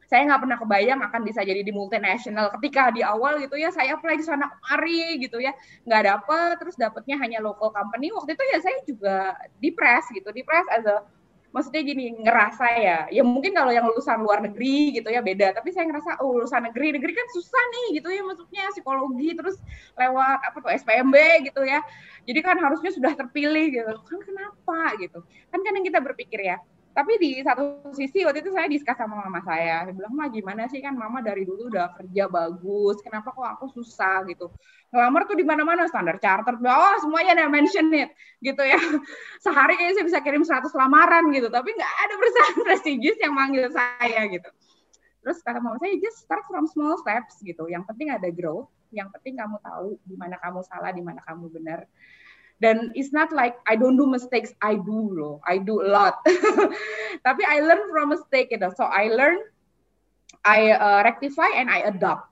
saya nggak pernah kebayang akan bisa jadi di multinational ketika di awal gitu ya, saya apply di sana kemari gitu ya, nggak dapet, terus dapetnya hanya local company. Waktu itu ya saya juga depres as a, maksudnya gini, ngerasa ya mungkin kalau yang lulusan luar negeri gitu ya beda, tapi saya ngerasa lulusan negeri kan susah nih gitu ya, maksudnya psikologi terus lewat apa tuh SPMB gitu ya, jadi kan harusnya sudah terpilih gitu kan, kenapa gitu kan yang kita berpikir ya. Tapi di satu sisi waktu itu saya diskus sama mama saya bilang, mah gimana sih, kan mama dari dulu udah kerja bagus, kenapa kok aku susah gitu, ngelamar tuh di mana-mana standar chartered, semuanya ada mention it gitu ya, sehari kayaknya saya bisa kirim 100 lamaran gitu, tapi nggak ada perusahaan prestigious yang manggil saya gitu. Terus kata mama saya, just start from small steps gitu, yang penting ada growth, yang penting kamu tahu di mana kamu salah, di mana kamu benar. Dan it's not like I don't do mistakes, I do a lot. Tapi I learn from mistake gitu. So I learn, I rectify and I adopt.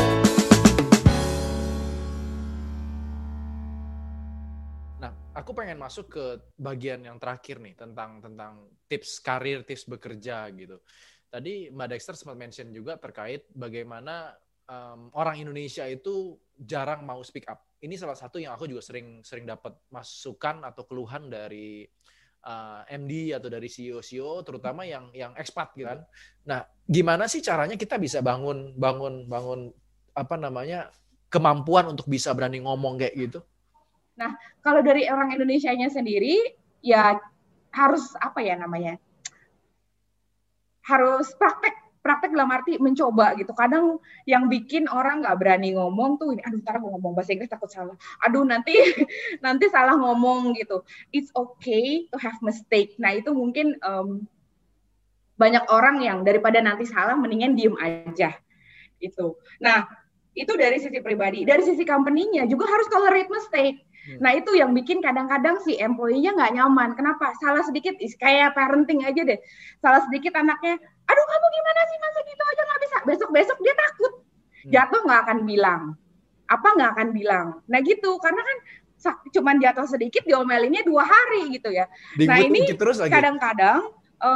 Nah, aku pengen masuk ke bagian yang terakhir nih tentang tips karir, tips bekerja gitu. Tadi Mbak Dexter sempat mention juga terkait bagaimana orang Indonesia itu jarang mau speak up. Ini salah satu yang aku juga sering dapat masukan atau keluhan dari MD atau dari CEO terutama yang expat gitu kan. Nah, gimana sih caranya kita bisa bangun apa namanya kemampuan untuk bisa berani ngomong kayak gitu? Nah, kalau dari orang Indonesianya sendiri ya harus apa ya namanya? Harus praktek dalam arti mencoba gitu. Kadang yang bikin orang nggak berani ngomong tuh, aduh ntar aku ngomong bahasa Inggris takut salah. Aduh nanti salah ngomong gitu. It's okay to have mistake. Nah itu mungkin banyak orang yang daripada nanti salah mendingan diem aja itu. Nah itu dari sisi pribadi. Dari sisi company-nya juga harus tolerate mistake. Nah itu yang bikin kadang-kadang si employee-nya nggak nyaman. Kenapa? Salah sedikit, kayak parenting aja deh. Salah sedikit anaknya, aduh kamu gimana sih masa gitu aja nggak bisa. Besok-besok dia takut. Jatuh nggak akan bilang. Apa nggak akan bilang. Nah gitu, karena kan cuman jatuh sedikit diomelinnya 2 hari gitu ya. Nah ini kadang-kadang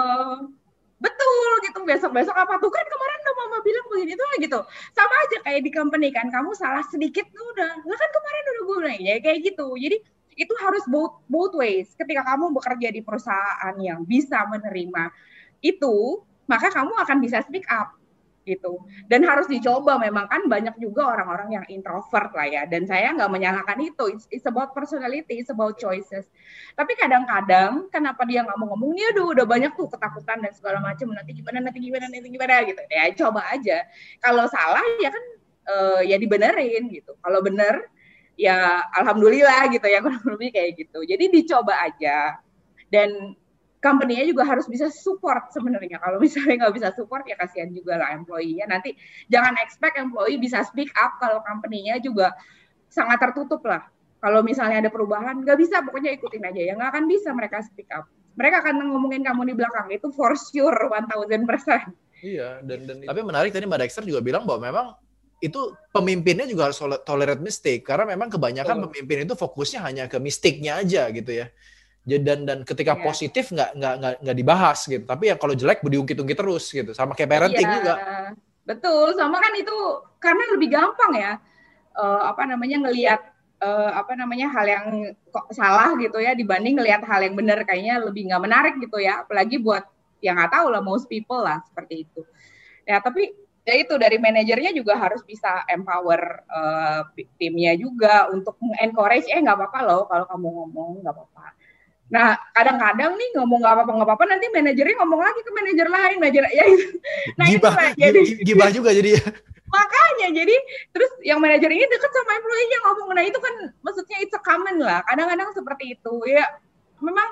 betul gitu, besok-besok apa tuh kan kemarin udah mama bilang begini tuh gitu, sama aja kayak di company kan, kamu salah sedikit tuh udah, lah kan kemarin udah gue bilang ya kayak gitu. Jadi itu harus both ways. Ketika kamu bekerja di perusahaan yang bisa menerima itu, maka kamu akan bisa speak up gitu. Dan harus dicoba, memang kan banyak juga orang-orang yang introvert lah ya, dan saya nggak menyalahkan itu, it's about personality, it's about choices. Tapi kadang-kadang kenapa dia nggak mau ngomong, ya udah banyak tuh ketakutan dan segala macam, nanti gimana gitu ya, coba aja. Kalau salah ya kan ya dibenerin gitu, kalau bener ya alhamdulillah gitu ya, kurang lebih kayak gitu. Jadi dicoba aja, dan company-nya juga harus bisa support sebenarnya. Kalau misalnya nggak bisa support ya kasihan juga lah employee-nya. Nanti jangan expect employee bisa speak up kalau company-nya juga sangat tertutup lah. Kalau misalnya ada perubahan, nggak bisa, pokoknya ikutin aja ya. Nggak akan bisa mereka speak up. Mereka akan ngomongin kamu di belakang, itu for sure 1000%. Iya, dan tapi menarik tadi Mbak Dexter juga bilang bahwa memang itu pemimpinnya juga harus tolerate mistake, karena memang kebanyakan pemimpin itu fokusnya hanya ke mistake-nya aja gitu ya. Dan ketika positif nggak dibahas gitu, tapi ya kalau jelek diungkit-ungkit terus gitu, sama kayak parenting juga. Betul, sama kan itu karena lebih gampang ya, ngelihat hal yang kok salah gitu ya, dibanding ngelihat hal yang benar, kayaknya lebih nggak menarik gitu ya, apalagi buat yang nggak tahu lah, most people lah seperti itu. Ya tapi ya itu dari manajernya juga harus bisa empower timnya juga untuk encourage, nggak apa-apa loh kalau kamu ngomong, nggak apa-apa. Nah, kadang-kadang nih ngomong nggak apa-apa, nanti manajernya ngomong lagi ke manajer lain, ya itu. Nah, gibah juga jadi. Makanya, jadi terus yang manajer ini deket sama employee-nya ngomong, nah itu kan maksudnya it's a common lah, kadang-kadang seperti itu. Ya, memang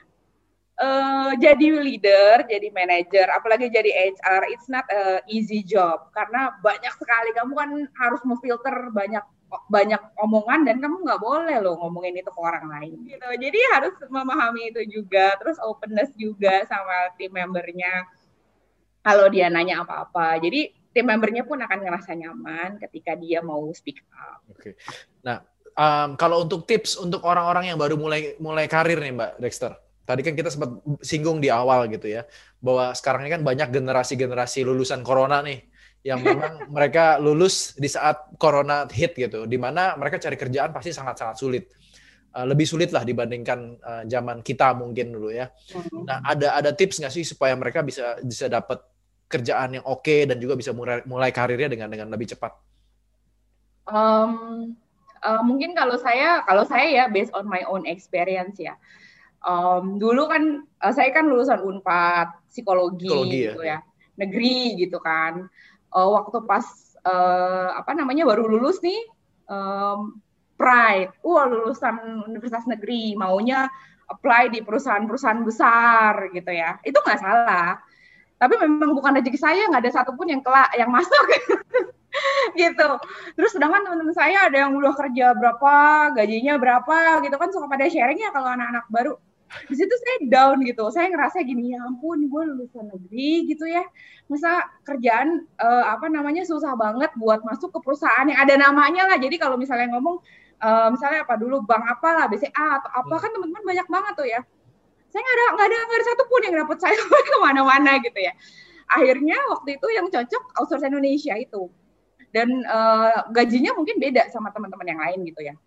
jadi leader, jadi manajer, apalagi jadi HR, it's not a easy job, karena banyak sekali, kamu kan harus memfilter banyak omongan, dan kamu nggak boleh loh ngomongin itu ke orang lain gitu. Jadi harus memahami itu juga, terus openness juga sama tim membernya kalau dia nanya apa-apa. Jadi tim membernya pun akan ngerasa nyaman ketika dia mau speak up. Oke. Nah, kalau untuk tips untuk orang-orang yang baru mulai karir nih Mbak Dexter, Tadi kan kita sempat singgung di awal gitu ya, bahwa sekarang ini kan banyak generasi-generasi lulusan corona nih, yang memang mereka lulus di saat corona hit gitu, di mana mereka cari kerjaan pasti sangat-sangat sulit. Lebih sulit lah dibandingkan zaman kita mungkin dulu ya. Nah, ada tips nggak sih supaya mereka bisa dapat kerjaan yang oke dan juga bisa mulai karirnya dengan lebih cepat? Mungkin kalau saya ya based on my own experience ya. Dulu kan saya kan lulusan Unpad psikologi gitu ya, negeri gitu kan. Waktu pas baru lulus nih, Pride, lulusan universitas negeri, maunya apply di perusahaan-perusahaan besar gitu ya. Itu nggak salah. Tapi memang bukan rezeki saya, nggak ada satupun yang masuk gitu. Terus sedangkan teman-teman saya ada yang udah kerja berapa, gajinya berapa gitu kan, suka pada sharing ya kalau anak-anak baru. Di situ saya down gitu, saya ngerasa gini, ya ampun gue lulusan negeri gitu ya, masa kerjaan susah banget buat masuk ke perusahaan yang ada namanya lah. Jadi kalau misalnya ngomong misalnya apa dulu bank apalah, BCA atau apa, kan teman-teman banyak banget tuh ya. Saya nggak ada satupun yang dapat saya kemana-mana gitu ya. Akhirnya waktu itu yang cocok outsource Indonesia itu, dan gajinya mungkin beda sama teman-teman yang lain gitu ya,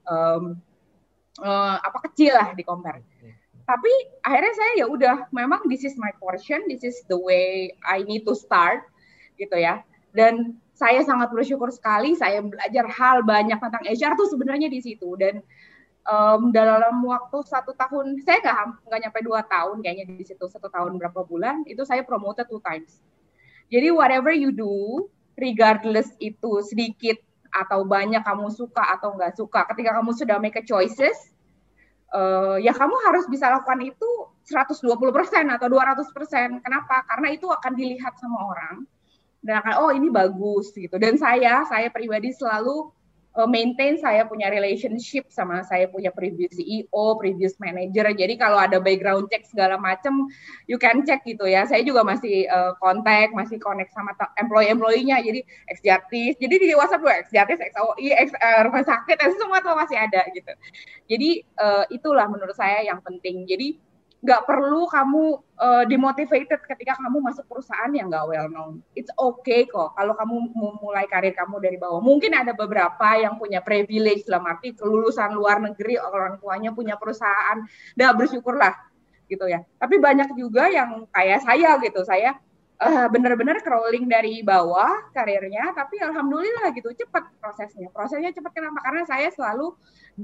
kecil lah di compare. Tapi akhirnya saya ya udah, memang this is my portion, this is the way I need to start gitu ya. Dan saya sangat bersyukur sekali, saya belajar hal banyak tentang HR tuh sebenarnya di situ. Dan dalam waktu 1 tahun, saya nggak nyampe 2 tahun kayaknya di situ, 1 tahun berapa bulan, itu saya promoted 2 times. Jadi whatever you do, regardless itu sedikit atau banyak kamu suka atau nggak suka, ketika kamu sudah make a choices, ya kamu harus bisa lakukan itu 120% atau 200%. Kenapa? Karena itu akan dilihat sama orang dan akan, ini bagus gitu. Dan saya pribadi selalu maintain saya punya relationship sama saya punya previous CEO, previous manager. Jadi kalau ada background check segala macam, you can check gitu ya. Saya juga masih kontak, masih connect sama employee-nya. Jadi ex-Jatis, jadi di WhatsApp gue ex-Jatis, ex-OI, rumah sakit, semua tuh masih ada gitu. Jadi itulah menurut saya yang penting. Jadi nggak perlu kamu demotivated ketika kamu masuk perusahaan yang nggak well known. It's okay kok kalau kamu mulai karir kamu dari bawah. Mungkin ada beberapa yang punya privilege, dalam arti kelulusan luar negeri, orang tuanya punya perusahaan, dah bersyukurlah gitu ya. Tapi banyak juga yang kayak saya gitu, saya benar-benar crawling dari bawah karirnya, tapi alhamdulillah gitu cepat prosesnya. Prosesnya cepat kenapa? Karena saya selalu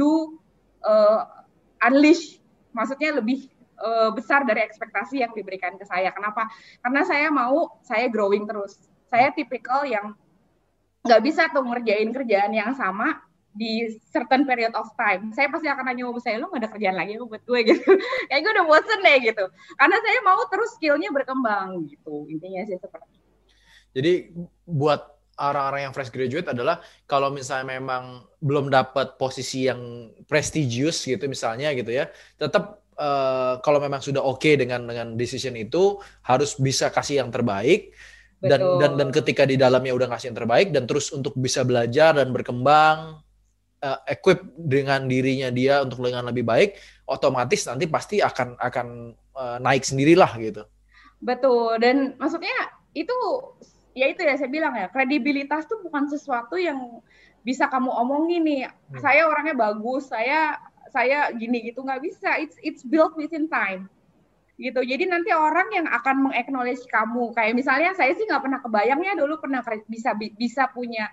unleash, maksudnya lebih besar dari ekspektasi yang diberikan ke saya. Kenapa? Karena saya growing terus. Saya tipikal yang nggak bisa tuh ngerjain kerjaan yang sama di certain period of time. Saya pasti akan nanya sama saya, lo nggak ada kerjaan lagi buat gue gitu. Kayak gue udah bosen deh gitu. Karena saya mau terus skillnya berkembang gitu. Intinya sih seperti itu. Jadi buat orang-orang yang fresh graduate adalah kalau misalnya memang belum dapat posisi yang prestigious gitu misalnya gitu ya, tetap kalau memang sudah oke dengan decision itu harus bisa kasih yang terbaik. Dan ketika di dalamnya udah kasih yang terbaik dan terus untuk bisa belajar dan berkembang, equip dengan dirinya dia untuk dengan lebih baik, otomatis nanti pasti akan naik sendirilah gitu. Betul, dan maksudnya itu ya saya bilang ya, kredibilitas tuh bukan sesuatu yang bisa kamu omongin nih. Saya orangnya bagus, saya gini gitu, nggak bisa. It's built within time gitu. Jadi nanti orang yang akan meng-acknowledge kamu, kayak misalnya saya sih nggak pernah kebayangnya dulu pernah bisa punya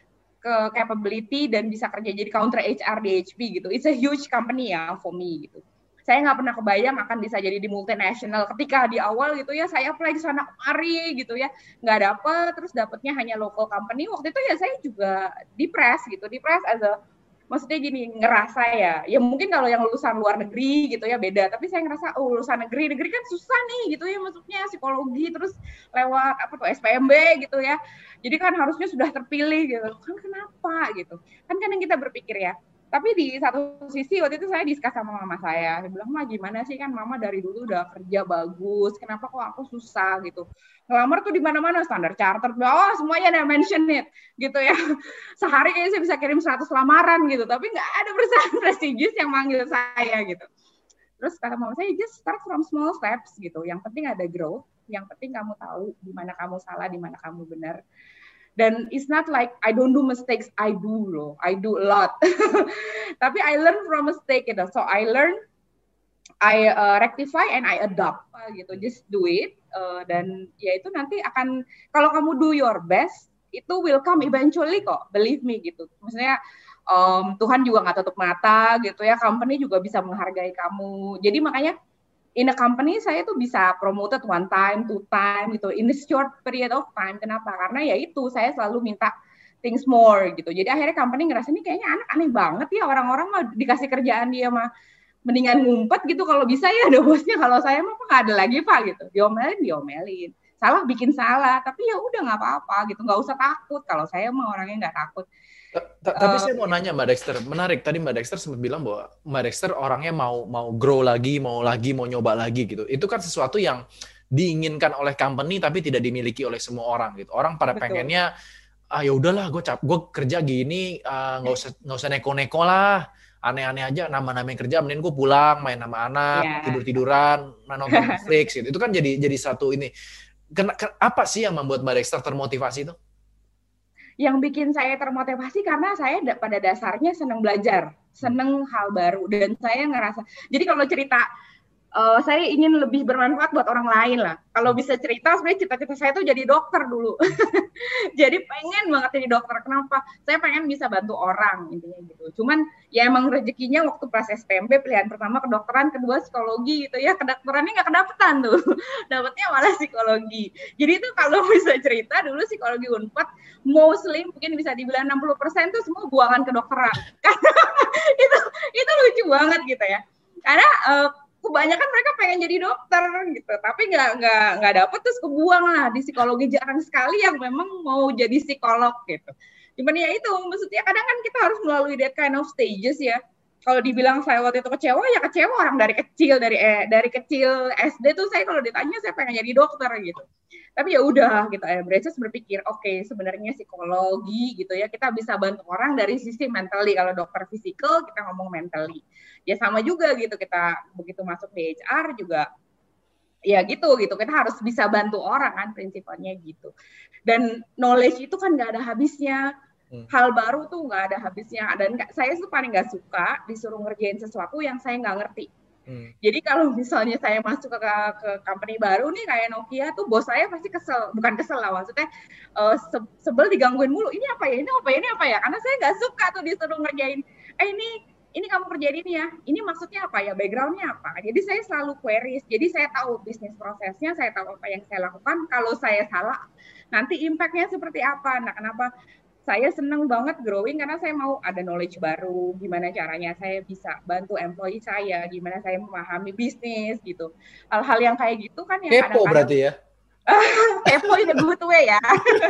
capability dan bisa kerja jadi counter HR di HP gitu. It's a huge company ya for me gitu. Saya nggak pernah kebayang akan bisa jadi di multinational. Ketika di awal gitu ya, saya apply ke sana kemari gitu ya, nggak dapet, terus dapetnya hanya local company. Waktu itu ya saya juga depressed as a, maksudnya gini, ngerasa ya mungkin kalau yang lulusan luar negeri gitu ya beda, tapi saya ngerasa lulusan negeri kan susah nih gitu ya, maksudnya psikologi terus lewat SPMB gitu ya, jadi kan harusnya sudah terpilih gitu kan, kenapa gitu kan yang kita berpikir ya. Tapi di satu sisi waktu itu saya diskus sama mama saya bilang, mah gimana sih, kan mama dari dulu udah kerja bagus, kenapa kok aku susah gitu. Ngelamar tuh di mana-mana, standar chartered, semuanya ada mention it gitu ya. Sehari kayaknya saya bisa kirim 100 lamaran gitu, tapi nggak ada perusahaan prestigious yang manggil saya gitu. Terus kata mama saya, just start from small steps gitu. Yang penting ada growth, yang penting kamu tahu di mana kamu salah, di mana kamu benar. Dan it's not like I don't do mistakes, I do loh, I do a lot. Tapi I learn from mistake gitu. So I learn, I rectify and I adopt gitu. Just do it dan ya itu nanti akan, kalau kamu do your best itu will come eventually kok, believe me gitu. Maksudnya Tuhan juga nggak tutup mata gitu ya, company juga bisa menghargai kamu. Jadi makanya in a company saya tuh bisa promoted one time, two time gitu in a short period of time. Kenapa? Karena ya itu saya selalu minta things more gitu. Jadi akhirnya company ngerasa ini kayaknya anak aneh banget ya, orang-orang mah dikasih kerjaan dia mah mendingan ngumpet gitu kalau bisa ya ada bosnya. Kalau saya mah nggak ada lagi Pak gitu. Diomelin. Salah bikin salah, tapi ya udah nggak apa-apa gitu. Nggak usah takut. Kalau saya mah orangnya nggak takut. Tapi saya mau nanya Mbak Dexter, menarik tadi Mbak Dexter sempat bilang bahwa Mbak Dexter orangnya mau grow lagi, mau nyoba lagi gitu. Itu kan sesuatu yang diinginkan oleh company tapi tidak dimiliki oleh semua orang gitu. Orang pada pengennya ya udahlah gue kerja gini nggak usah neko-neko lah, aneh-aneh aja, nama-namain kerja, mending gue pulang main sama anak, tidur-tiduran, nonton Netflix gitu. Itu kan jadi satu ini. Apa sih yang membuat Mbak Dexter termotivasi itu? Yang bikin saya termotivasi karena saya pada dasarnya senang belajar, senang hal baru, dan saya ngerasa, jadi kalau cerita saya ingin lebih bermanfaat buat orang lain lah. Kalau bisa cerita, sebenarnya cita-cita saya tuh jadi dokter dulu. Jadi pengen banget jadi dokter. Kenapa? Saya pengen bisa bantu orang intinya gitu. Cuman ya emang rezekinya waktu pas SPMB pilihan pertama kedokteran, kedua psikologi gitu ya. Kedokterannya nggak kedapetan tuh. Dapatnya malah psikologi. Jadi itu kalau bisa cerita dulu psikologi Unpad mostly mungkin bisa dibilang 60% tuh semua buangan kedokteran. itu lucu banget gitu ya. Karena kebanyakan mereka pengen jadi dokter gitu, tapi nggak dapet, terus kebuang lah di psikologi. Jarang sekali yang memang mau jadi psikolog gitu. Cuman ya itu, maksudnya kadang kan kita harus melalui that kind of stages ya. Kalau dibilang saya waktu itu kecewa, ya kecewa orang dari kecil SD tuh saya kalau ditanya saya pengen jadi dokter gitu. Tapi ya udah gitu ya, Breces berpikir oke, sebenarnya psikologi gitu ya, kita bisa bantu orang dari sisi mentally. Kalau dokter fisikal kita ngomong mentally. Ya sama juga gitu, kita begitu masuk di HR juga ya gitu kita harus bisa bantu orang kan prinsipnya gitu. Dan knowledge itu kan nggak ada habisnya. Hal baru tuh nggak ada habisnya. Dan saya tuh paling nggak suka disuruh ngerjain sesuatu yang saya nggak ngerti. Jadi kalau misalnya saya masuk ke company baru nih kayak Nokia tuh, bos saya pasti bukan kesel lah, maksudnya sebel digangguin mulu. Ini apa ya? Karena saya nggak suka tuh disuruh ngerjain. Ini kamu kerjain ini ya. Ini maksudnya apa ya? Backgroundnya apa? Jadi saya selalu queries. Jadi saya tahu bisnis prosesnya, saya tahu apa yang saya lakukan. Kalau saya salah, nanti impact-nya seperti apa? Nah, kenapa saya senang banget growing karena saya mau ada knowledge baru, gimana caranya saya bisa bantu employee saya, gimana saya memahami bisnis gitu. Hal-hal yang kayak gitu kan yang kadang-kadang kepo berarti ya. Kepo in a good way ya.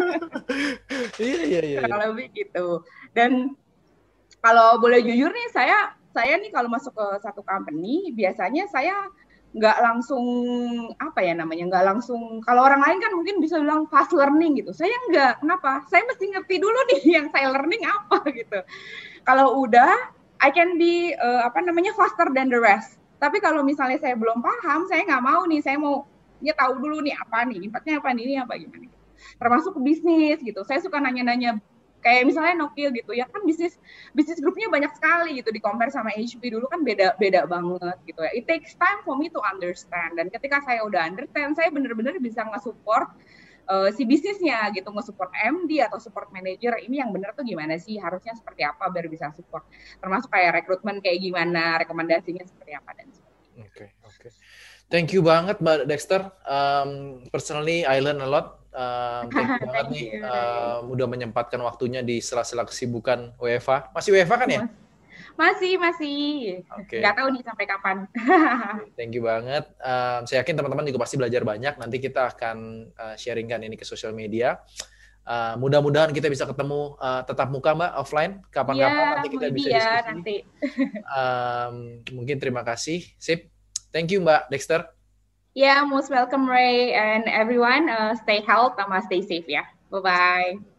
Iya. Kalau lebih gitu. Dan kalau boleh jujur nih, saya nih kalau masuk ke satu company biasanya saya nggak langsung nggak langsung, kalau orang lain kan mungkin bisa bilang fast learning gitu, saya nggak. Kenapa? Saya mesti ngerti dulu nih yang saya learning apa gitu. Kalau udah I can be faster than the rest. Tapi kalau misalnya saya belum paham, saya nggak mau nih, saya mau tahu dulu nih apa nih impactnya, apa nih, ini apa gimana gitu. Termasuk ke bisnis gitu, saya suka nanya-nanya. Kayak misalnya Nokia gitu ya kan, bisnis grupnya banyak sekali gitu, di compare sama HP dulu kan beda banget gitu ya. It takes time for me to understand, dan ketika saya udah understand, saya bener-bener bisa nge-support si bisnisnya gitu, nge-support MD atau support manager, ini yang bener tuh gimana sih, harusnya seperti apa biar bisa support, termasuk kayak rekrutmen kayak gimana, rekomendasinya seperti apa dan sebagainya. Oke. Thank you banget Mbak Dexter. Personally I learn a lot. Thank you banget nih udah menyempatkan waktunya di sela-sela kesibukan WFH. Masih WFH kan ya? Masih. Okay. Nggak tahu nih sampai kapan. Thank you banget. Saya yakin teman-teman juga pasti belajar banyak. Nanti kita akan sharingkan ini ke sosial media. Mudah-mudahan kita bisa ketemu tetap muka Mbak, offline kapan-kapan, nanti kita bisa diskusi. Nanti. Mungkin terima kasih. Sip. Thank you Mbak Dexter. Yeah, most welcome Ray and everyone. Stay healthy sama stay safe ya. Bye-bye.